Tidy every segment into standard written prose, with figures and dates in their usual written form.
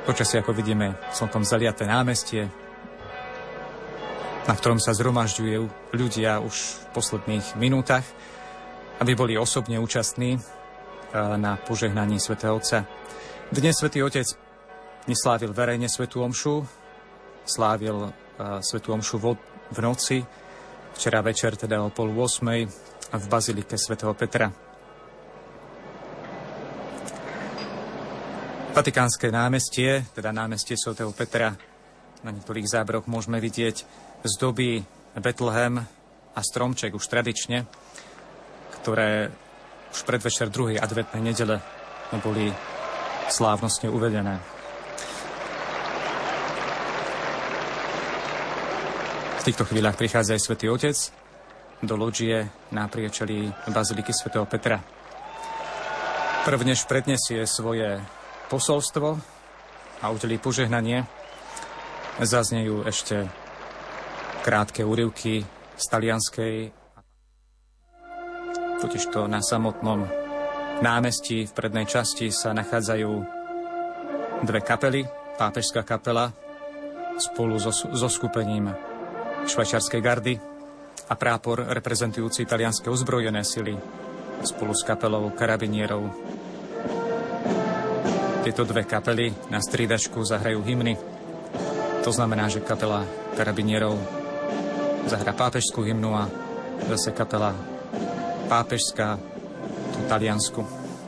Počasie, ako vidíme, celkom zaliaté námestie, na ktorom sa zhromažďujú ľudia už v posledných minútach, aby boli osobne účastní na požehnaní svätého Otca. Dnes svätý Otec neslávil verejne svätú omšu, slávil svätú omšu v noci, včera večer, teda o 7:30 v bazilike svätého Petra. Vatikánske námestie, teda námestie svätého Petra, na niektorých záberoch môžeme vidieť zdobí Betlehem a stromček už tradične, ktoré už predvečer druhej adventnej nedele boli slávnostne uvedené. V týchto chvíľach prichádza aj svätý Otec do lodžie na priečelí baziliky svätého Petra. Prvnež predniesie svoje posolstvo a udelí požehnanie, zaznejú ešte krátke úryvky z talianskej. Totižto na samotnom námestí v prednej časti sa nachádzajú dve kapely. Pápežská kapela spolu so skupením švajčiarskej gardy a prápor reprezentujúci talianske ozbrojené sily spolu s kapelou karabinierov. Tieto dve kapely na striedačku zahrajú hymny. To znamená, že kapela karabinierov zahrá pápežskú hymnu a zase kapela pápežská tú taliansku.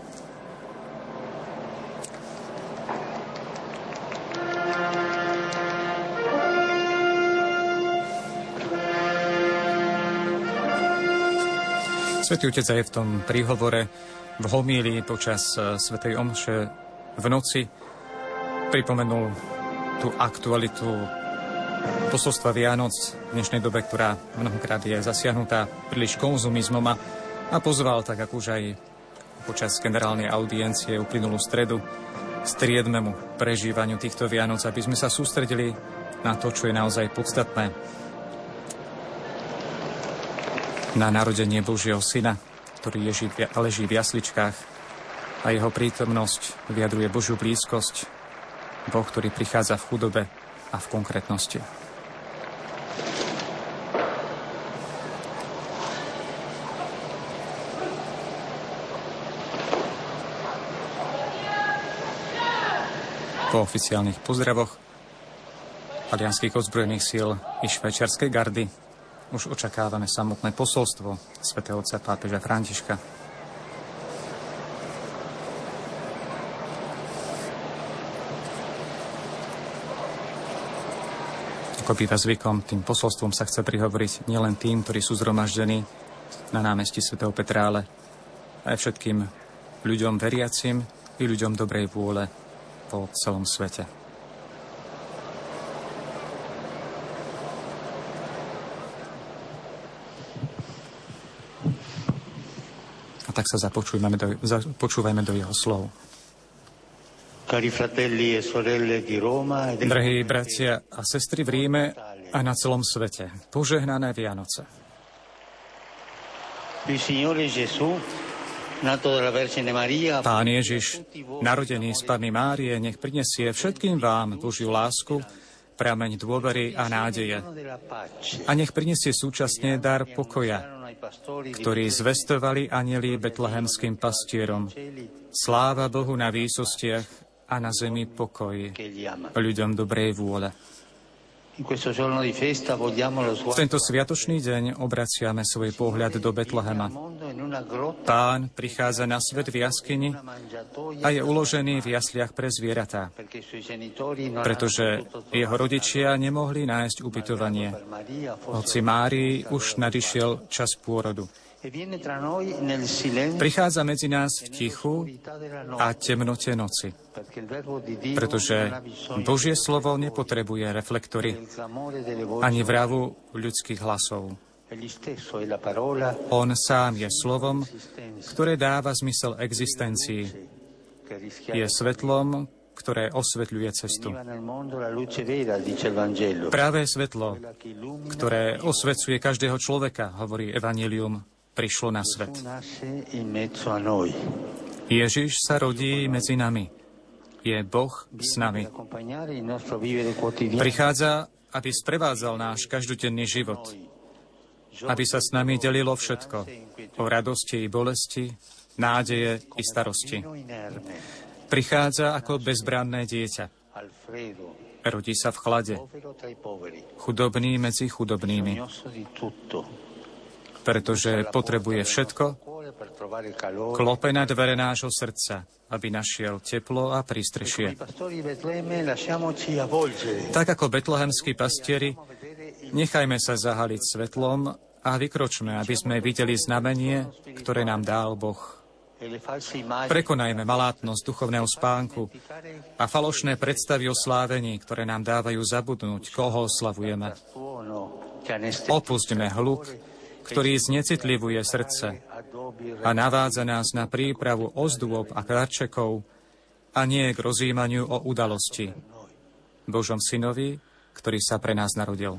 Svätý Otec aj v tom príhovore v homílii počas svätej omše v noci pripomenul tú aktualitu posolstva Vianoc v dnešnej dobe, ktorá mnohokrát je zasiahnutá príliš konzumizmom a pozval, tak ako už aj počas generálnej audiencie uplynulú stredu, striedmemu prežívaniu týchto Vianoc, aby sme sa sústredili na to, čo je naozaj podstatné. Na narodenie Božieho Syna, ktorý leží v jasličkách a jeho prítomnosť vyjadruje Božiu blízkosť, Boh, ktorý prichádza v chudobe a v konkrétnosti. Po oficiálnych pozdravoch talianskych ozbrojených síl i švajčiarskej gardy už očakávame samotné posolstvo svätého Otca pápeža Františka. Ako býva zvykom, tým posolstvom sa chce prihovoriť nielen tým, ktorí sú zhromaždení na námestí svätého Petra, ale aj všetkým ľuďom veriacim i ľuďom dobrej vôle po celom svete. A tak sa počúvajme do jeho slov. Drahí bratia a sestry v Ríme a na celom svete, požehnané Vianoce. Pán Ježiš, narodený z Panny Márie, nech prinesie všetkým vám Božiu lásku, prameň dôvery a nádeje. A nech prinesie súčasne dar pokoja, ktorý zvestovali anjeli betlehemským pastierom. Sláva Bohu na výsostiach a na zemi pokoj ľuďom dobrej vôle. V tento sviatočný deň obraciame svoj pohľad do Betlehema. Pán prichádza na svet v jaskyni a je uložený v jasliach pre zvieratá, pretože jeho rodičia nemohli nájsť ubytovanie, hoci Márii už nadišiel čas pôrodu. Prichádza medzi nás v tichu a temnote noci, pretože Božie slovo nepotrebuje reflektory ani vravu ľudských hlasov. On sám je slovom, ktoré dáva zmysel existencii. Je svetlom, ktoré osvetľuje cestu. Práve svetlo, ktoré osvecuje každého človeka, hovorí Evanjelium, prišlo na svet. Ježiš sa rodí medzi nami. je Boh s nami. Prichádza, aby sprevádzal náš každodenný život, aby sa s nami delilo všetko o radosti i bolesti, nádeje i starosti. Prichádza ako bezbranné dieťa. Rodí sa v chlade, chudobný medzi chudobnými, pretože potrebuje všetko, klope na dvere nášho srdca, aby našiel teplo a prístrešie. Tak ako betlehemskí pastieri, nechajme sa zahaliť svetlom a vykročme, aby sme videli znamenie, ktoré nám dal Boh. Prekonajme malátnosť duchovného spánku a falošné predstavy o slávení, ktoré nám dávajú zabudnúť, koho oslavujeme. Opustíme hluk, ktorý znecitlivuje srdce a navádza nás na prípravu ozdôb a darčekov a nie k rozjímaniu o udalosti. Božom synovi, ktorý sa pre nás narodil.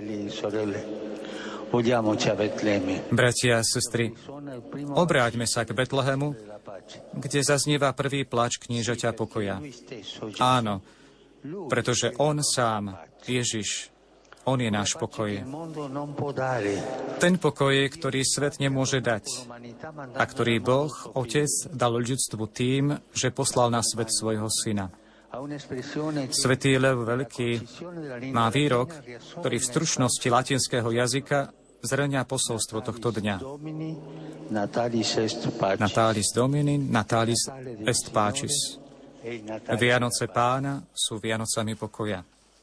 Bratia a sestry, obráťme sa k Betlehemu, kde zaznieva prvý pláč kniežaťa pokoja. Áno, pretože on sám, Ježiš, on je náš pokoj. Ten pokoj, ktorý svet nemôže dať a ktorý Boh, Otec, dal ľudstvu tým, že poslal na svet svojho syna. Svätý Lev Veľký má výrok, ktorý v stručnosti latinského jazyka zhrňa posolstvo tohto dňa. Natalis Domini, Natalis est Pacis. Vianoce Pána sú Vianocami pokoja.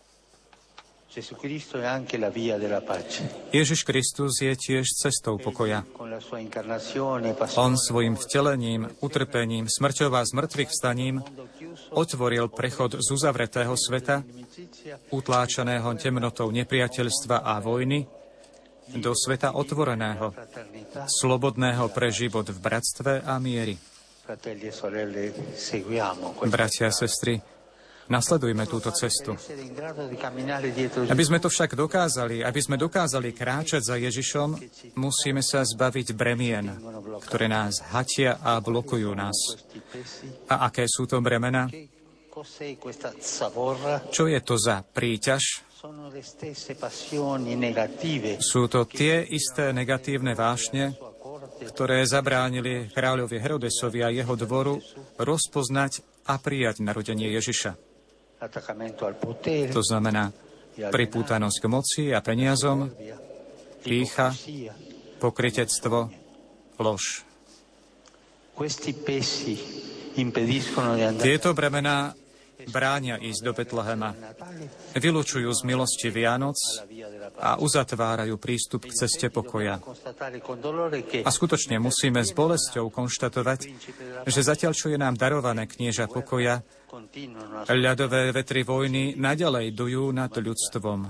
Ježiš Kristus je tiež cestou pokoja. On svojim vtelením, utrpením, smrťou a zmrtvých vstaním otvoril prechod z uzavretého sveta, utláčaného temnotou nepriateľstva a vojny, do sveta otvoreného, slobodného pre život v bratstve a mieri. Bratia a sestry, nasledujme túto cestu. Aby sme to však dokázali, aby sme dokázali kráčať za Ježišom, musíme sa zbaviť bremien, ktoré nás hatia a blokujú nás. A aké sú to bremena? Čo je to za príťaž? Sú to tie isté negatívne vášne, ktoré zabránili kráľovi Herodesovi a jeho dvoru rozpoznať a prijať narodenie Ježiša. To znamená pripútanosť k moci a peniazom, pýcha, pokrytectvo, lož. Tieto bremená bránia ísť do Betlehema, vylučujú z milosti Vianoc a uzatvárajú prístup k ceste pokoja. A skutočne musíme s bolesťou konštatovať, že zatiaľ, čo je nám darované knieža pokoja, ľadové vetry vojny naďalej dujú nad ľudstvom.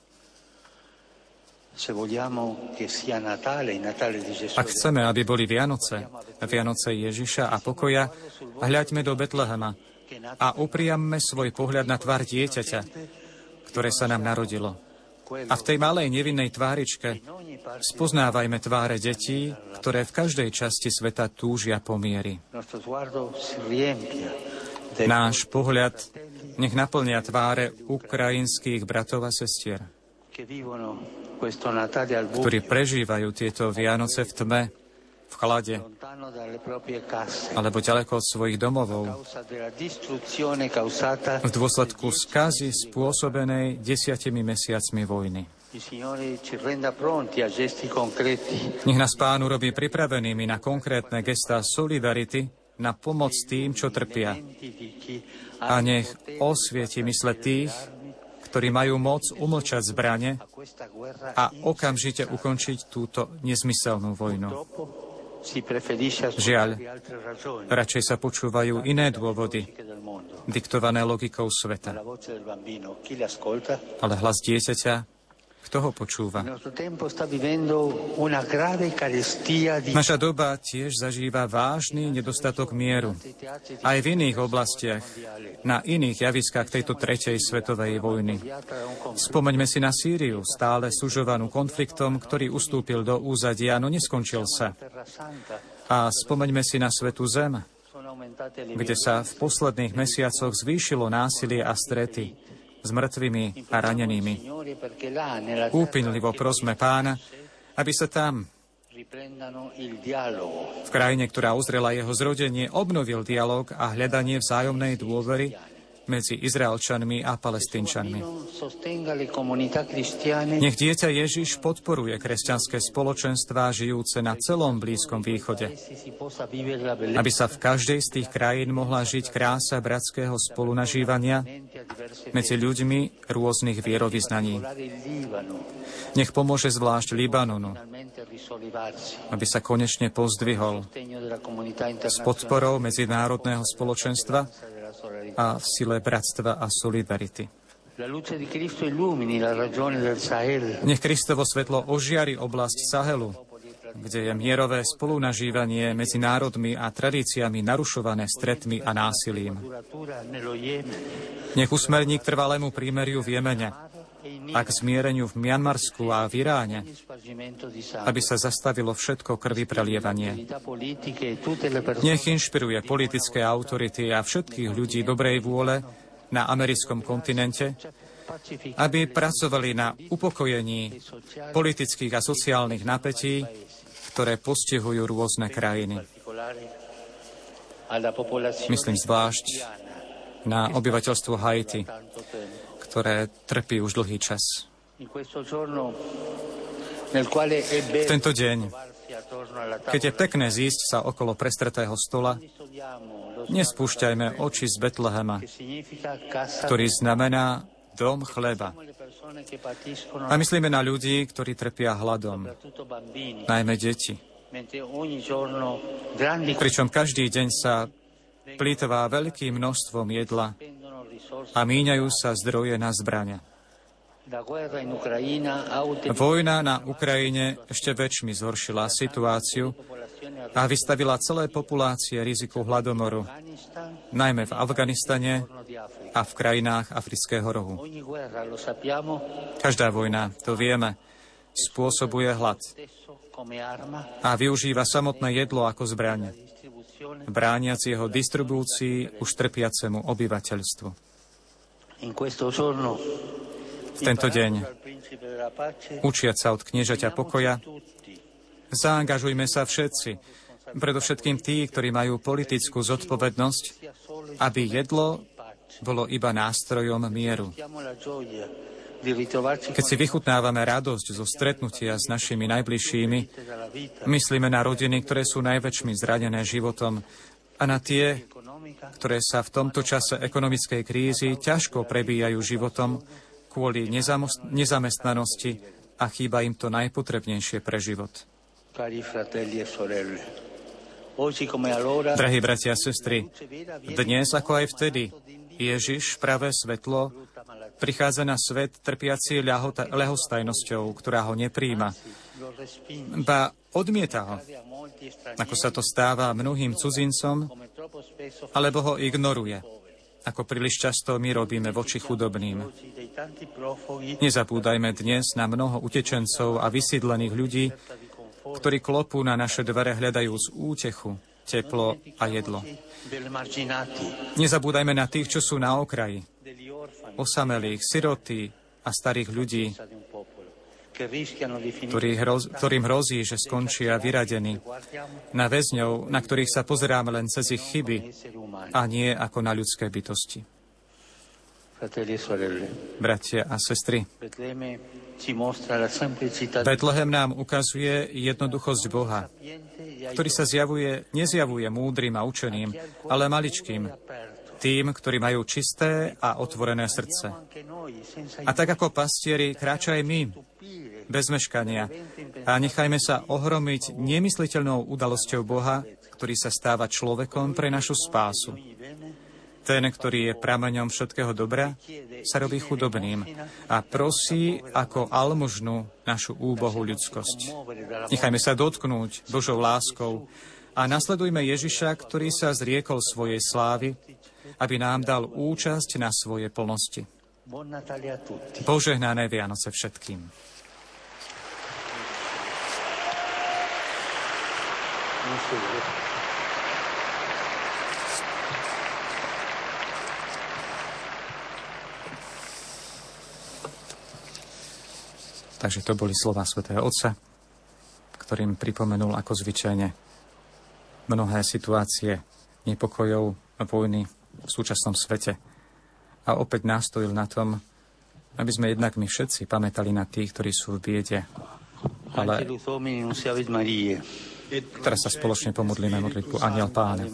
Ak chceme, aby boli Vianoce, Vianoce Ježiša a pokoja, hľaďme do Betlehema a upriamme svoj pohľad na tvár dieťaťa, ktoré sa nám narodilo. A v tej malej nevinnej tváričke spoznávajme tváre detí, ktoré v každej časti sveta túžia po mieri. Náš pohľad nech naplnia tváre ukrajinských bratov a sestier, ktorí prežívajú tieto Vianoce v tme, v chlade, alebo ďaleko od svojich domovov, v dôsledku skazy spôsobenej 10 mesiacmi vojny. Nech nás Pán urobí pripravenými na konkrétne gestá solidarity, na pomoc tým, čo trpia. A nech osvieti mysle tých, ktorí majú moc umlčať zbrane a okamžite ukončiť túto nezmyselnú vojnu. Žiaľ, radšej sa počúvajú iné dôvody, diktované logikou sveta. Ale hlas dieťaťa, kto ho počúva? Naša doba tiež zažíva vážny nedostatok mieru. Aj v iných oblastiach, na iných javiskách tejto tretej svetovej vojny. Spomeňme si na Sýriu, stále sužovanú konfliktom, ktorý ustúpil do úzadia, no neskončil sa. A spomeňme si na Svätú Zem, kde sa v posledných mesiacoch zvýšilo násilie a strety s mŕtvými a ranenými. Úpinlivo prosme Pána, aby sa tam, v krajine, ktorá uzrela jeho zrodenie, obnovil dialog a hľadanie vzájomnej dôvery medzi Izraelčanmi a Palestínčanmi. Nech dieťa Ježiš podporuje kresťanské spoločenstvá žijúce na celom Blízkom východe, aby sa v každej z tých krajín mohla žiť krása bratského spolunažívania medzi ľuďmi rôznych vierovyznaní. Nech pomôže zvlášť Libanonu, aby sa konečne pozdvihol s podporou medzinárodného spoločenstva a v sile bratstva a solidarity. Nech Kristovo svetlo ožiari oblasť Sahelu, kde je mierové spolunažívanie medzi národmi a tradíciami narušované stretmi a násilím. Nech usmerní k trvalému prímeriu v Jemene a k zmiereniu v Mianmarsku a v Iráne, aby sa zastavilo všetko krvi prelievanie. Nech inšpiruje politické autority a všetkých ľudí dobrej vôle na americkom kontinente, aby pracovali na upokojení politických a sociálnych napätí, ktoré postihujú rôzne krajiny. Myslím zvlášť na obyvateľstvo Haiti, ktoré trpí už dlhý čas. V tento deň, keď je pekné zísť sa okolo prestretého stola, nespúšťajme oči z Betlehema, ktorý znamená dom chleba. A myslíme na ľudí, ktorí trpia hladom, najmä deti. Pričom každý deň sa plýtvá veľkým množstvom jedla a míňajú sa zdroje na zbrane. Vojna na Ukrajine ešte väčšmi zhoršila situáciu a vystavila celé populácie riziku hladomoru, najmä v Afganistane a v krajinách Afrického rohu. Každá vojna, to vieme, spôsobuje hlad a využíva samotné jedlo ako zbraň, brániac jeho distribúcii už trpiacemu obyvateľstvu. V tento deň, učiac sa od kniežaťa pokoja, zaangažujme sa všetci, predovšetkým tí, ktorí majú politickú zodpovednosť, aby jedlo bolo iba nástrojom mieru. Keď si vychutnávame radosť zo stretnutia s našimi najbližšími, myslíme na rodiny, ktoré sú najväčšmi zranené životom a na tie, ktoré sa v tomto čase ekonomickej krízy ťažko prebíjajú životom kvôli nezamestnanosti a chýba im to najpotrebnejšie pre život. Drahí bratia a sestry, dnes ako aj vtedy Ježiš, pravé svetlo, prichádza na svet trpiaci ľahostajnosťou, ktorá ho nepríjma, ba odmieta ho, ako sa to stáva mnohým cudzincom, alebo ho ignoruje, ako príliš často my robíme voči chudobným. Nezabúdajme dnes na mnoho utečencov a vysídlených ľudí, ktorí klopú na naše dvere hľadajúc útechu, teplo a jedlo. Nezabúdajme na tých, čo sú na okraji, osamelých, siroty a starých ľudí, ktorým hrozí, že skončia vyradení, na väzňov, na ktorých sa pozeráme len cez ich chyby a nie ako na ľudské bytosti. Bratia a sestry, Betlehem nám ukazuje jednoduchosť Boha, ktorý sa nezjavuje múdrym a učeným, ale maličkým, tým, ktorí majú čisté a otvorené srdce. A tak ako pastieri, kráčaj my, bez meškania, a nechajme sa ohromiť nemysliteľnou udalosťou Boha, ktorý sa stáva človekom pre našu spásu. Ten, ktorý je prameňom všetkého dobra, sa robí chudobným a prosí ako almužnu našu úbohú ľudskosť. Nechajme sa dotknúť Božou láskou a nasledujme Ježiša, ktorý sa zriekol svojej slávy, aby nám dal účasť na svojej plnosti. Požehnané Vianoce všetkým. Takže to boli slová svätého Otca, ktorým pripomenul ako zvyčajne mnohé situácie nepokojov a vojny v súčasnom svete. A opäť nastojil na tom, aby sme jednak my všetci pamätali na tých, ktorí sú v biede. Ale teraz sa spoločne pomodlíme modlitbu Anjel Pána.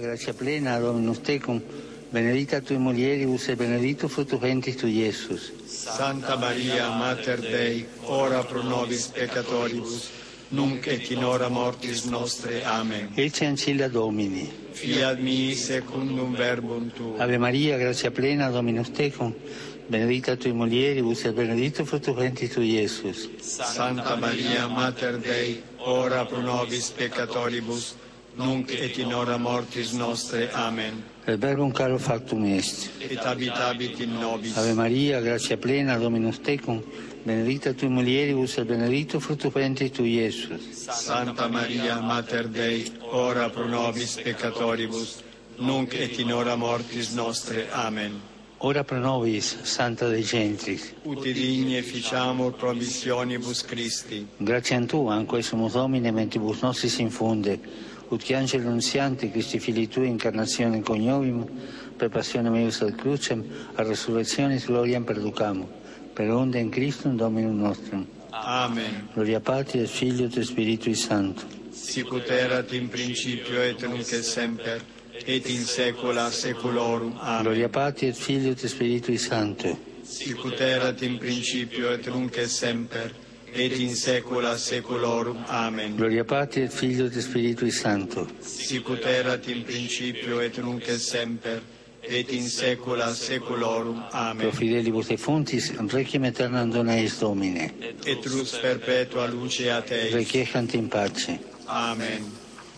Benedicta tui mulieribus e benedictus fructus ventris tui, Iesus. Santa Maria, Mater Dei, ora pro nobis peccatoribus, nunc et in hora mortis nostre. Amen. Ecce ancilla Domini. Fiat mihi secundum verbum tuum. Ave Maria, grazia plena, Dominus tecum, benedicta tui mulieribus e benedictus fructus ventris tui, Iesus. Santa Maria, Mater Dei, ora pro nobis peccatoribus, nunc et in hora mortis nostre. Amen. El verbum caro factum est. Et habitabit in nobis. Ave Maria, grazia plena, Dominus tecum, benedicta tui mulieribus et benedictus fructus ventris tui, Iesus. Santa Maria, Mater Dei, ora pro nobis peccatoribus, nunc et in hora mortis nostre. Amen. Ora pro nobis, Santa Dei Gentris. Uti digni efficiamur promissionibus Christi. Gratiam Tua, anque sumus Domine, mentibus nostris infunde, ut che angelo nunziante, Christi Filii Tui, incarnazione coniovimus, per passione meius ad crucem, a resurrectionis gloriam perducamur, per onde in Christum Dominum nostrum. Amen. Gloria Patri et Filio et Spiritui Sancto. Sicut erat in principio et nunc et semper, et in saecula saeculorum. Amen. Gloria Patri et Filio et Spiritui Sancto. Sicut erat in principio et nunc et semper, et in saecula saeculorum. Amen. Gloria Patri et Filio et Spiritui Sancto. Sicut erat in principio et nunc et semper, et in saecula saeculorum. Amen. Pro fidelibus defuntis, requiem aeternam dona eis Domine. Et lux perpetua luce a Te. Requiescant in pace. Amen.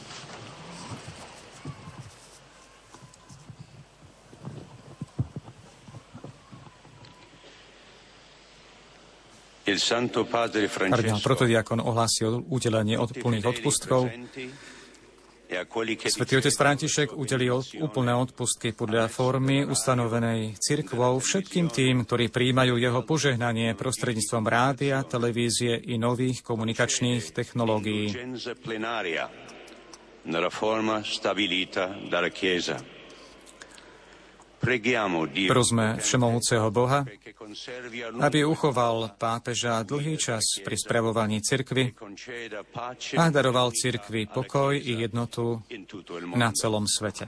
Kardinál protodiakon ohlásil udelenie plných odpustkov. Svätý otec František udelil úplné odpustky podľa formy ustanovenej cirkvou všetkým tým, ktorí prijímajú jeho požehnanie prostredníctvom rádia, televízie i nových komunikačných technológií. Prosme všemohúceho Boha, aby uchoval pápeža dlhý čas pri spravovaní cirkvi a daroval cirkvi pokoj i jednotu na celom svete.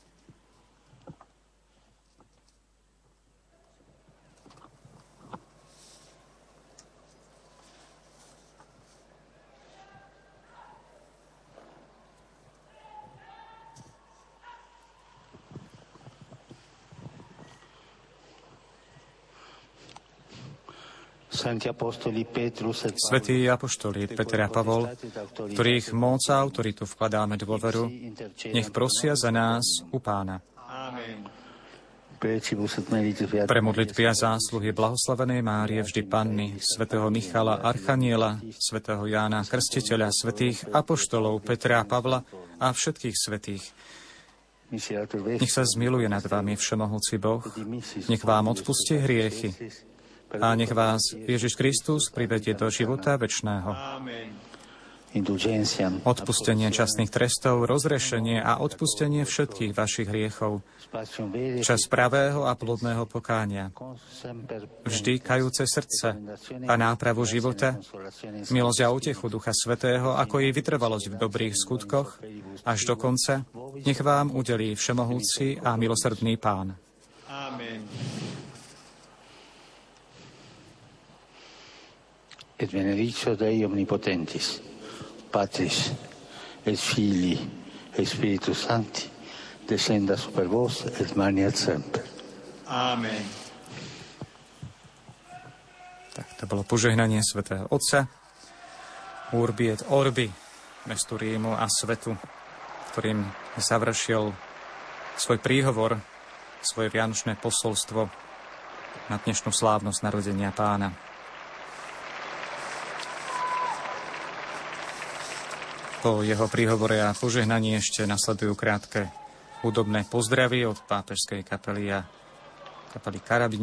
Svätí apoštoli Peter a Pavol, ktorých moc a autoritu vkladáme dôveru, nech prosia za nás u Pána. Pre modlitby a zásluhy blahoslavenej Márie vždy Panny, svätého Michala Archaniela, svätého Jána Krstiteľa, svätých apoštolov Petra a Pavla a všetkých svätých. Nech sa zmiluje nad vami všemohúci Boh, nech vám odpustí hriechy a nech vás Ježiš Kristus privedie do života večného. Odpustenie časných trestov, rozrešenie a odpustenie všetkých vašich hriechov, čas pravého a plodného pokánia, vždy kajúce srdce a nápravu života, milosť a utechu Ducha Svätého, ako i vytrvalosť v dobrých skutkoch, až do konca, nech vám udelí všemohúci a milosrdný Pán. Amen. Et benedictio Dei omnipotentis, Patris, et Filii, et Spiritus Sancti, descenda super vos, et maniat semper. Amen. Tak to bolo požehnanie svätého Otca, Urbi et Orbi, mestu Rímu a svetu, ktorým završil svoj príhovor, svoje vianočné posolstvo na dnešnú slávnosť narodenia Pána. Po jeho príhovore a požehnaní ešte nasledujú krátke hudobné pozdravy od pápežskej kapely a kapely Karabín.